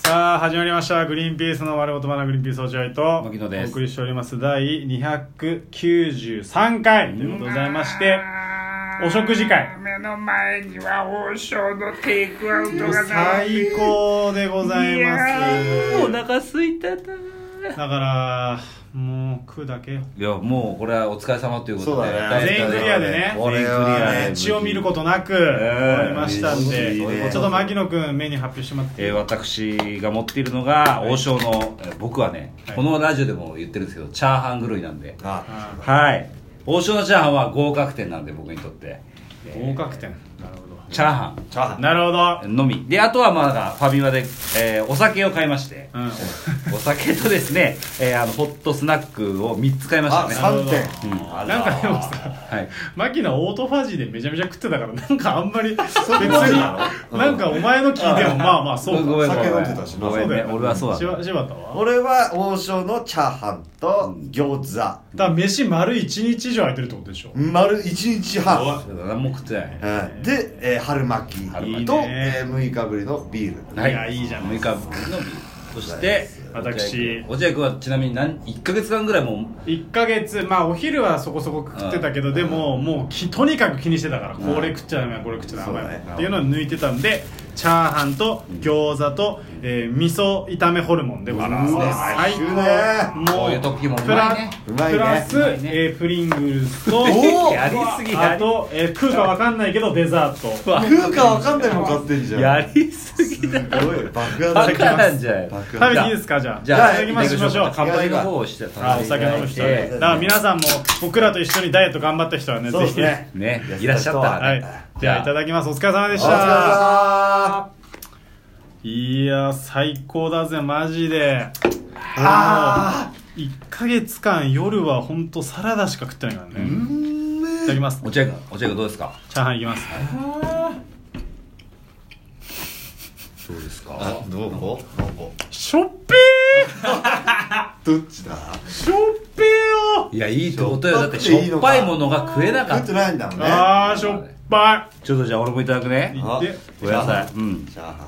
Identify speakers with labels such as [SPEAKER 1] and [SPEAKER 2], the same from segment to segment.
[SPEAKER 1] さあ始まりましたグリーンピースの丸ごとバナグリーンピース落合と
[SPEAKER 2] 牧野です。
[SPEAKER 1] お送りしております第293回ということでございまして、お食事会
[SPEAKER 3] 目の前には王将のテイクアウトが
[SPEAKER 1] 最高でございます。
[SPEAKER 3] お腹空いたな。
[SPEAKER 1] だからもう食うだけよ。
[SPEAKER 2] いやもうこれはお疲れ様ということで、
[SPEAKER 4] そうだね
[SPEAKER 1] 全員クリアでね、
[SPEAKER 2] 全員クリアで
[SPEAKER 1] 血を見ることなく終わりましたんで、
[SPEAKER 2] いいね
[SPEAKER 1] ちょっと牧野くんメニュー発表してもらっていい？
[SPEAKER 2] 私が持っているのが王将の、僕はね、
[SPEAKER 1] はい
[SPEAKER 2] このラジオでも言ってるんですけどチャーハン狂いなんで、
[SPEAKER 4] あ
[SPEAKER 2] はい王将のチャーハンは合格点なんで僕にとって
[SPEAKER 1] 合格点。なるほど。
[SPEAKER 2] チャーハ
[SPEAKER 4] チャーハン
[SPEAKER 1] なるほど。
[SPEAKER 2] ンのみで、あとはまあなんかファミマで、お酒を買いまして、
[SPEAKER 1] うん、
[SPEAKER 2] お酒とですね、ホットスナックを3つ買いましたね。
[SPEAKER 4] 3点、
[SPEAKER 1] なんかでもさ、
[SPEAKER 2] はい
[SPEAKER 1] 牧野オートファジーでめちゃめちゃ食ってたから、なんかあんまり別
[SPEAKER 4] そう
[SPEAKER 1] に
[SPEAKER 4] なの
[SPEAKER 1] なんかお前の聞いてもまあまあそうか。
[SPEAKER 2] ごめん
[SPEAKER 4] 酒飲んでたしな
[SPEAKER 2] ごめんね、俺はそうだね。
[SPEAKER 1] 柴田は
[SPEAKER 4] 俺は王将のチャーハンと餃子、
[SPEAKER 1] だから飯丸1日以上空いてるってことでしょ。
[SPEAKER 4] 丸1日半、
[SPEAKER 2] 何も食ってない。
[SPEAKER 4] で、春巻き
[SPEAKER 2] 春
[SPEAKER 1] 巻き
[SPEAKER 4] と、
[SPEAKER 1] ね
[SPEAKER 4] 6日ぶりのビール。
[SPEAKER 1] いやいいじゃない
[SPEAKER 2] 6日ぶりのビール。そして
[SPEAKER 1] 私
[SPEAKER 2] 落合君はちなみに1ヶ月間ぐらいも
[SPEAKER 1] 1ヶ月、まあお昼はそこそこ食ってたけど、でももうとにかく気にしてたから、これ食っちゃダメだこれ食っちゃダメだ
[SPEAKER 4] そうだね
[SPEAKER 1] っていうのを抜いてたんで、チャーハンと餃子と、味噌炒めホルモンでございますね。最高。
[SPEAKER 4] う
[SPEAKER 2] こういう時もうまいね。
[SPEAKER 4] うまいね
[SPEAKER 1] プラス、
[SPEAKER 2] うまいね
[SPEAKER 1] プリングルズと
[SPEAKER 2] やりすぎ
[SPEAKER 1] あと、食うかわかんないけどデザート。
[SPEAKER 4] 食うか分かんないもん買ってんじゃん。
[SPEAKER 2] やりすぎだ。
[SPEAKER 4] すごい爆破だ
[SPEAKER 2] バカなんじゃない。
[SPEAKER 4] 爆
[SPEAKER 1] 食べていいですか？じゃあ
[SPEAKER 2] じゃあ
[SPEAKER 1] いただきましょう。
[SPEAKER 2] 乾杯の方をして
[SPEAKER 1] お酒飲む人はね。だから皆さんも僕らと一緒にダイエット頑張った人はね、
[SPEAKER 4] そう
[SPEAKER 1] ぜひ
[SPEAKER 4] ですね。
[SPEAKER 2] ね、いらっしゃったら
[SPEAKER 1] はい
[SPEAKER 2] ね。。
[SPEAKER 1] ではいただきます。お疲れ様でし
[SPEAKER 4] お疲れ
[SPEAKER 1] た。
[SPEAKER 4] 様
[SPEAKER 1] いや最高だぜマジで。1ヶ月間夜は本当サラダしか食ってないからね。いただきます。
[SPEAKER 2] 落合君どうですか？
[SPEAKER 1] チャーハンいきます。
[SPEAKER 2] どうですか？
[SPEAKER 4] あ、どこ
[SPEAKER 1] しょっぺ
[SPEAKER 4] どっちだ
[SPEAKER 1] ーしょっぺーよ。
[SPEAKER 2] いや、いいってことよ。だってしょっぱいものが食えなか
[SPEAKER 4] 食って
[SPEAKER 2] った。
[SPEAKER 4] ないんだもんね。
[SPEAKER 1] あーしょっぱ
[SPEAKER 2] ちょっとじゃあ俺もいただくね。
[SPEAKER 1] い。い
[SPEAKER 4] あ
[SPEAKER 1] って
[SPEAKER 2] ごめんなさい。うん。
[SPEAKER 4] チャーハン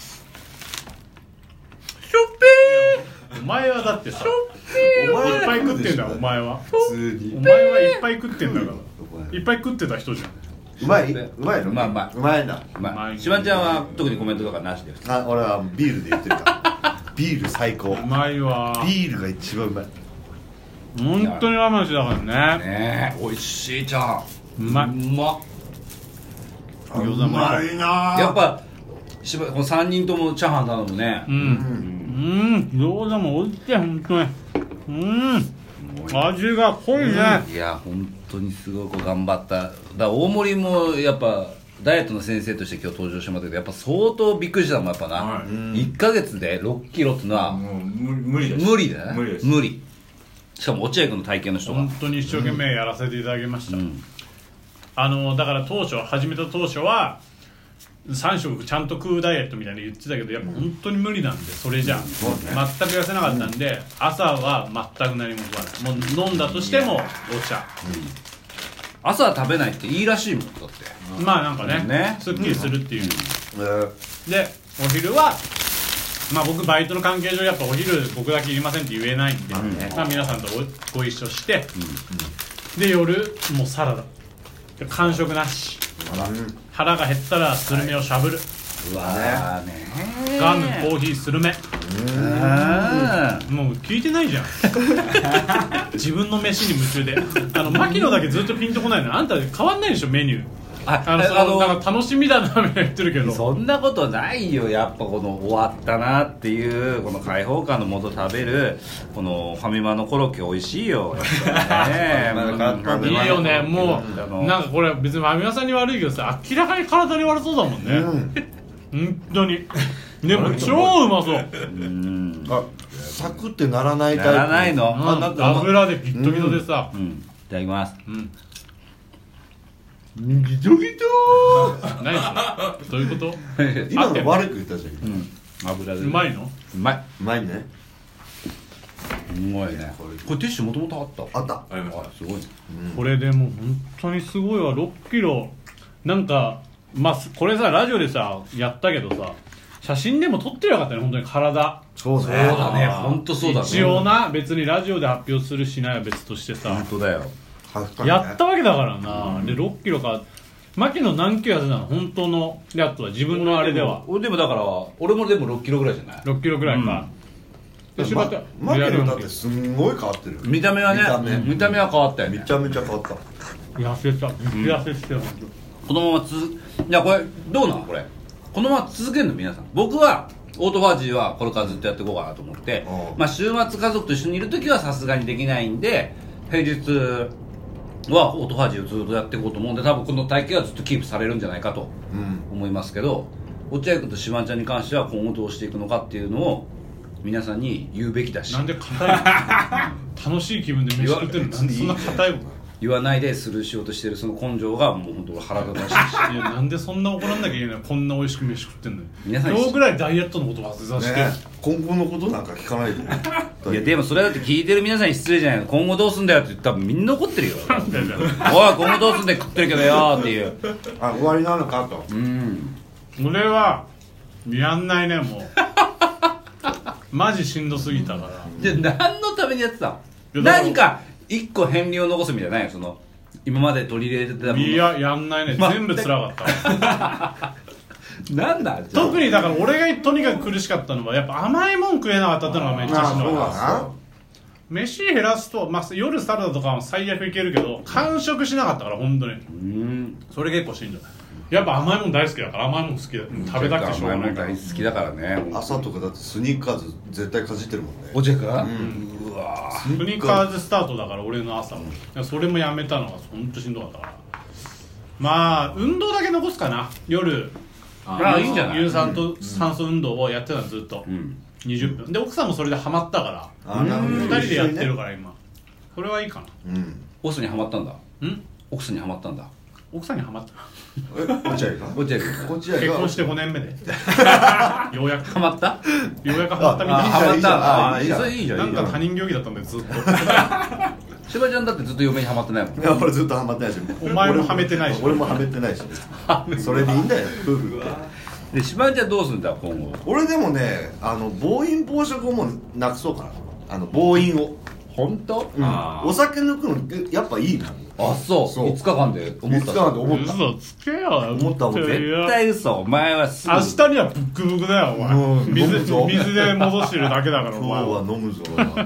[SPEAKER 1] しょっぺー。お前はだってさ、
[SPEAKER 4] お前
[SPEAKER 1] いっぱい食ってんだよお前は。
[SPEAKER 4] 普通に
[SPEAKER 1] お前はいっぱい食ってんだから。いっぱい食ってた人じゃん。
[SPEAKER 4] うまいうまいの
[SPEAKER 2] まあまあ
[SPEAKER 4] うまいんだ。
[SPEAKER 2] まあ、しばちゃんは特にコメントとかなしです。
[SPEAKER 4] あ、俺はビールで言ってるからビール最高。
[SPEAKER 1] うまいわ。
[SPEAKER 4] ビールが一番うまい。
[SPEAKER 1] 本当に我慢してたからね。
[SPEAKER 2] ねえ、美味しいじゃん。
[SPEAKER 1] うまい。
[SPEAKER 2] うまっ。
[SPEAKER 1] 餃子も
[SPEAKER 4] うまいな
[SPEAKER 2] やっぱこの3人ともチャーハン頼むね。
[SPEAKER 1] 餃子も美味しい本当に。味が濃いね。
[SPEAKER 2] いや本当にすごく頑張った。だから大森もやっぱダイエットの先生として今日登場してもらったけど、やっぱ相当びっくりしたもんやっぱな、
[SPEAKER 3] はい
[SPEAKER 2] 1ヶ月で6キロってのは
[SPEAKER 3] もう無理です。
[SPEAKER 2] 無理だね。
[SPEAKER 3] 無理です。
[SPEAKER 2] 無理。しかも落合君の体験の人が、
[SPEAKER 1] 本当に一生懸命やらせていただきました。
[SPEAKER 2] うん
[SPEAKER 1] だから始めた当初は3食ちゃんと食うダイエットみたいに言ってたけど、やっぱ本当に無理なんで、それじゃん、全く痩せなかったんで、朝は全く何も食わない。もう飲んだとしてもお茶、
[SPEAKER 2] 朝は食べないっていいらしいもんだって。
[SPEAKER 1] まあなんかね、
[SPEAKER 2] ね
[SPEAKER 1] すっきりするっていう、でお昼はまあ僕バイトの関係上やっぱお昼僕だけいりませんって言えないんで、まあ皆さんとご一緒して、で夜もうサラダで間食なし、腹が減ったらスルメをしゃぶる、
[SPEAKER 2] うわーね
[SPEAKER 1] ガムコーヒースルメ、もう聞いてないじゃん自分の飯に夢中で。牧野だけずっとピンとこないの。あんた変わんないでしょメニュー。なんか楽しみだなみたいな言ってるけど、
[SPEAKER 2] そんなことないよ。やっぱこの終わったなっていうこの開放感のもと食べるこのファミマのコロッケ美味しいよね
[SPEAKER 1] いいよね。もうなんかこれ別にファミマさんに悪いけどさ、明らかに体に悪そうだもんね、本当に。でも超うまそう。
[SPEAKER 4] あ、サクってならないタイプ。
[SPEAKER 2] ならないの。
[SPEAKER 1] 油でギットギトでさ、
[SPEAKER 2] いただきます。
[SPEAKER 4] ギトギト
[SPEAKER 1] 何それどういうこと
[SPEAKER 4] 今の悪く言ったじゃん。
[SPEAKER 2] 油で
[SPEAKER 1] うまいの？
[SPEAKER 2] うまい。
[SPEAKER 4] うまいね。
[SPEAKER 2] すごいね。これティッシュもともとあった。
[SPEAKER 4] あった。
[SPEAKER 2] すごいね。
[SPEAKER 1] これでもう本当にすごいわ。6キロなんか、まあこれさラジオでさやったけどさ、 写真でも撮ってりゃよかったね本当に体。
[SPEAKER 4] そう
[SPEAKER 2] そうだね、本当そうだね。
[SPEAKER 1] 一応な、別にラジオで発表するしないは別としてさ、
[SPEAKER 2] 本当だよ。
[SPEAKER 1] やったわけだからな。で6キロか、牧野何キロ痩せたの本当のやつは、自分のあれでは。
[SPEAKER 2] 俺でもだから俺もでも6キロぐらいじゃない。
[SPEAKER 1] 6キロぐらいか。
[SPEAKER 4] マキロだってすんごい変わってる。
[SPEAKER 2] 見た目はね、見た目は変わったよね。
[SPEAKER 4] めちゃめちゃ変わった。
[SPEAKER 1] 痩せた、痩せてる。
[SPEAKER 2] このままいやこれどうなのこれ、このまま続けるの皆さん。僕はオートファージーはこれからずっとやっていこうかなと思って、まあ週末家族と一緒にいる時はさすがにできないんで、平日はオートファージーをずっとやっていこうと思うんで、多分この体型はずっとキープされるんじゃないかと思いますけど、落合君としばんちゃんに関しては今後どうしていくのかっていうのを皆さんに言うべきだし。
[SPEAKER 1] なんで硬いの楽しい気分で飯食ってるのなんでそんな硬いの。
[SPEAKER 2] 言わないでスルーしようとしてるその根性がもう本当腹立たしいし
[SPEAKER 1] いやなんでそんな怒らなきゃいけないの。こんな美味しく飯食ってんのに。
[SPEAKER 2] 皆さん
[SPEAKER 1] 今日ぐらいダイエットのこと忘れさせて、
[SPEAKER 4] ね、今後のことなんか聞かないで
[SPEAKER 2] いやでもそれだって聞いてる皆さんに失礼じゃないの。今後どうすんだよって言ったらみんな怒ってるよおい今後どうすんだよ食ってるけどよっていう
[SPEAKER 4] あ終わりなのかと。
[SPEAKER 1] 俺はやんないねもうマジしんどすぎたから。
[SPEAKER 2] じゃあ何のためにやってたの。
[SPEAKER 1] いや
[SPEAKER 2] 何か一個片鱗を残すみたいなのないよ。その今まで取り入れてたもの。
[SPEAKER 1] いややんないね、全部辛かった
[SPEAKER 2] なんだ
[SPEAKER 1] 特にだから俺がとにかく苦しかったのはやっぱ甘いもん食えなかったってのがめっちゃしんどかった。飯減らすと、まあ、夜サラダとかは最悪いけるけど完食しなかったから本当にそれ結構しんどい。やっぱ甘いもん大好きだから甘いもん好きだ、食べたくてしょうがないから。
[SPEAKER 2] 大好きだからね。
[SPEAKER 4] 朝とかだってスニーカーズ絶対かじってるもんね。
[SPEAKER 2] お茶か、
[SPEAKER 1] うわスニーカーズスタートだから俺の朝も、それもやめたのが本当しんどかったから。まあ運動だけ残すかな。夜
[SPEAKER 2] いいんじゃない。
[SPEAKER 1] 有酸素運動をやってたのずっと、20分で奥さんもそれでハマったから2人でやってるから今それはいいかな。
[SPEAKER 2] オスにハマったんだ。奥さんにハマったんだ。
[SPEAKER 1] 奥さんにハマった
[SPEAKER 4] 落合が
[SPEAKER 1] 結婚して5年目でようやく
[SPEAKER 2] ハマった。
[SPEAKER 1] ようやくハマったみたいな。
[SPEAKER 2] ハマった。
[SPEAKER 4] それ
[SPEAKER 2] いいじゃん。
[SPEAKER 1] なんか他人行儀だったんでずっと
[SPEAKER 2] しばちゃんだってずっと嫁にハマってないもん。
[SPEAKER 4] いや俺ずっとハマってないし
[SPEAKER 1] お前もハメてないし
[SPEAKER 4] 俺もハメてないしそれでいいんだよ夫婦って。
[SPEAKER 2] でしばちゃんどうするんだ今後。
[SPEAKER 4] 俺でもね暴飲暴食をもうなくそうかな。暴飲を
[SPEAKER 2] 本当？
[SPEAKER 4] お酒抜くのやっぱいいな。
[SPEAKER 2] あそう5日間で思った。
[SPEAKER 4] 5日間で思った。
[SPEAKER 1] 嘘つけよ。
[SPEAKER 4] 思った
[SPEAKER 2] 絶対嘘。お前はすぐ
[SPEAKER 1] 明日にはブックブクだよお前。水で戻してるだけだからお前
[SPEAKER 4] 今日は飲むぞ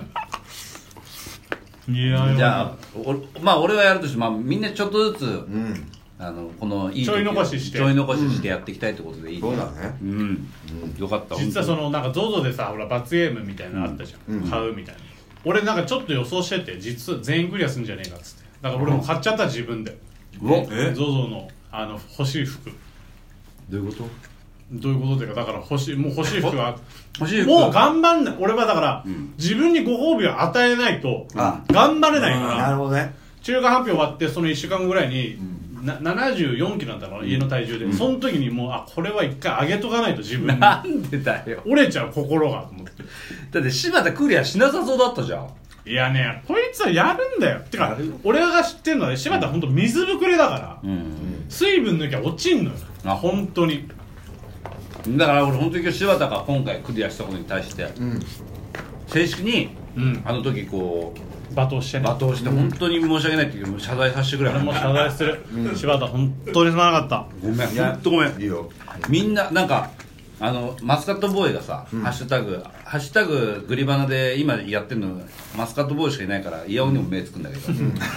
[SPEAKER 1] いや
[SPEAKER 2] じゃあまあ俺はやるとして、まあ、みんなちょっとずつ、このいい
[SPEAKER 1] ちょい残しして
[SPEAKER 2] やっていきたいってことでいいね。
[SPEAKER 4] そうだね。
[SPEAKER 2] よかった。
[SPEAKER 1] 実はそのなんか ZOZO でさほら罰ゲームみたいなのあったじゃん、買うみたいな。俺なんかちょっと予想してて実は全員クリアするんじゃねえかっつって、だから俺も買っちゃった自分で。ZOZO の欲しい服。
[SPEAKER 2] どういうこと？
[SPEAKER 1] どういうことっていうかだから欲しい服は
[SPEAKER 2] も
[SPEAKER 1] う頑張んない。俺はだから、自分にご褒美を与えないと頑張れないから。
[SPEAKER 4] なるほどね。
[SPEAKER 1] 中華発表終わってその1週間後ぐらいに、74キロなんだろう、家の体重で、その時にもうこれは一回上げとかないと自分に
[SPEAKER 2] なんでだよ。
[SPEAKER 1] 折れちゃう心がと思って。
[SPEAKER 2] だって柴田クリアしなさそうだったじゃん。
[SPEAKER 1] いやねこいつはやるんだよ。てか俺が知ってるのはね、柴田は本当水ぶくれだから、水分抜きゃ落ちんのよ本当に。
[SPEAKER 2] だから俺本当に柴田が今回クリアしたことに対して、正式に、あの時こう
[SPEAKER 1] 罵倒して
[SPEAKER 2] 本当に申し訳ないっていう謝罪させてくれ。
[SPEAKER 1] 俺も謝罪する。柴田本当にすまなかった。
[SPEAKER 2] ごめん本当ごめん。
[SPEAKER 4] いいよ。
[SPEAKER 2] みんななんかマスカットボーイがさ、ハッシュタググリバナで今やってるのマスカットボーイしかいないからイヤオンにも目つくんだけど、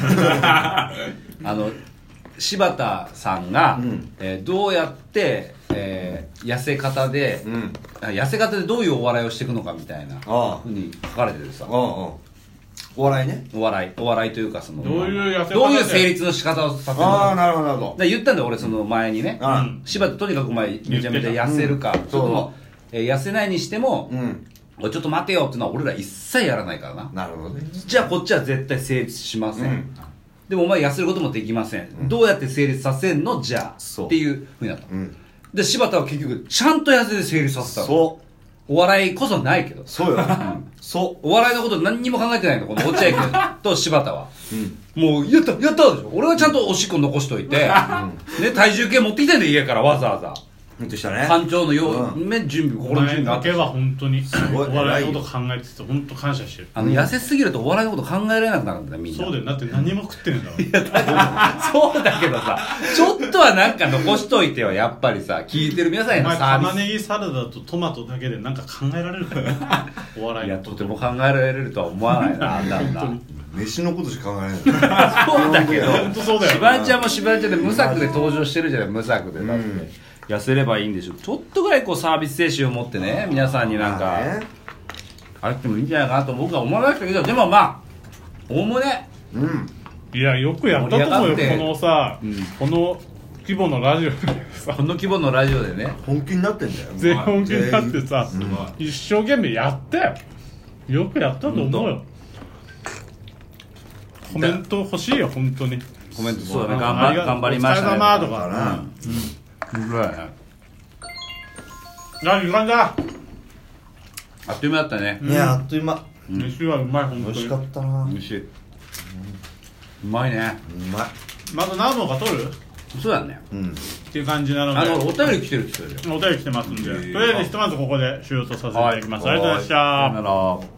[SPEAKER 2] 柴田さんが、どうやって、痩せ方でどういうお笑いをしていくのかみたいなふうに書かれてるさ。
[SPEAKER 4] お笑いね。
[SPEAKER 2] お笑いというかその
[SPEAKER 1] どういう
[SPEAKER 2] 成立の仕方をさせるのか。
[SPEAKER 4] なるほどなるほど。
[SPEAKER 2] 言ったんだよ俺その前にね。柴田とにかくお前めちゃめちゃ痩せるか、それとも痩せないにしても、ちょっと待てよっていうのは俺ら一切やらないからな。
[SPEAKER 4] なるほどね。
[SPEAKER 2] じゃあこっちは絶対成立しません、でもお前痩せることもできません、どうやって成立させんのじゃあっていうふうになった、で柴田は結局ちゃんと痩せて成立させたの。
[SPEAKER 4] そう
[SPEAKER 2] お笑いこそないけど。
[SPEAKER 4] そうよ。そう。
[SPEAKER 2] お笑いのこと何にも考えてないのこの落合君と柴田は、もうやったでしょ。俺はちゃんとおしっこ残しといて、ね、体重計持ってきてんだ家からわざわざ。
[SPEAKER 4] ほんとしたね
[SPEAKER 2] 館長のよう、準備、心の準備があった
[SPEAKER 1] だけは本当に
[SPEAKER 4] ごい
[SPEAKER 1] お笑いのこと考えてて本当感謝してる。
[SPEAKER 2] 痩せすぎるとお笑いのこと考えられなくなるんだよみんな。
[SPEAKER 1] そうだよ、だって何も食ってるんだもん。
[SPEAKER 2] そうだけどさ、ちょっとはなんか残しといてよ、やっぱりさ、聞いてる皆さんへ
[SPEAKER 1] お前
[SPEAKER 2] のサービス。
[SPEAKER 1] 玉ねぎサラダとトマトだけでなんか考えられるからお笑
[SPEAKER 2] いや、
[SPEAKER 1] いのこと
[SPEAKER 2] とても考えられるとは思わないな、あんだんだ。
[SPEAKER 4] 飯のことしか考えられない
[SPEAKER 2] そうだけど、
[SPEAKER 1] 本当そうだよ。
[SPEAKER 2] しばんちゃんもしばんちゃんで無策で登場してるじゃない、無策で。だって、痩せればいいんでしょ。ちょっとぐらいこうサービス精神を持ってね、皆さんになんか、あってもいいんじゃないかなと僕は思いましたけど、でもまあ、おおむね、
[SPEAKER 1] いや、よくやったと思うよ、
[SPEAKER 2] 盛り上がって
[SPEAKER 1] このさ、この規模のラジオでさ、
[SPEAKER 2] この規模のラジオでね、
[SPEAKER 4] 本気になってんだよ
[SPEAKER 1] 全員本気になってさ、一生懸命やってよくやったと思うよ。コメント欲しいよ、本当に。
[SPEAKER 2] コメントそうだね、
[SPEAKER 1] 頑
[SPEAKER 2] 頑張りましたね。
[SPEAKER 1] お疲れ様とか
[SPEAKER 4] な
[SPEAKER 1] 何時間だ。
[SPEAKER 2] あっという間だったね。
[SPEAKER 4] いやあっという間
[SPEAKER 1] 飯はうまい、本当に。
[SPEAKER 4] 美味しかったな
[SPEAKER 2] 美味しい。うまいね。
[SPEAKER 4] うまい
[SPEAKER 1] まだ何本か取る
[SPEAKER 2] そうだね。
[SPEAKER 1] っていう感じなので、
[SPEAKER 2] お便り来てるって言ってたよ。
[SPEAKER 1] お便り来てますんで、とりあえずひとまずここで終了させていただきます。ありがとうございました。
[SPEAKER 2] さよなら。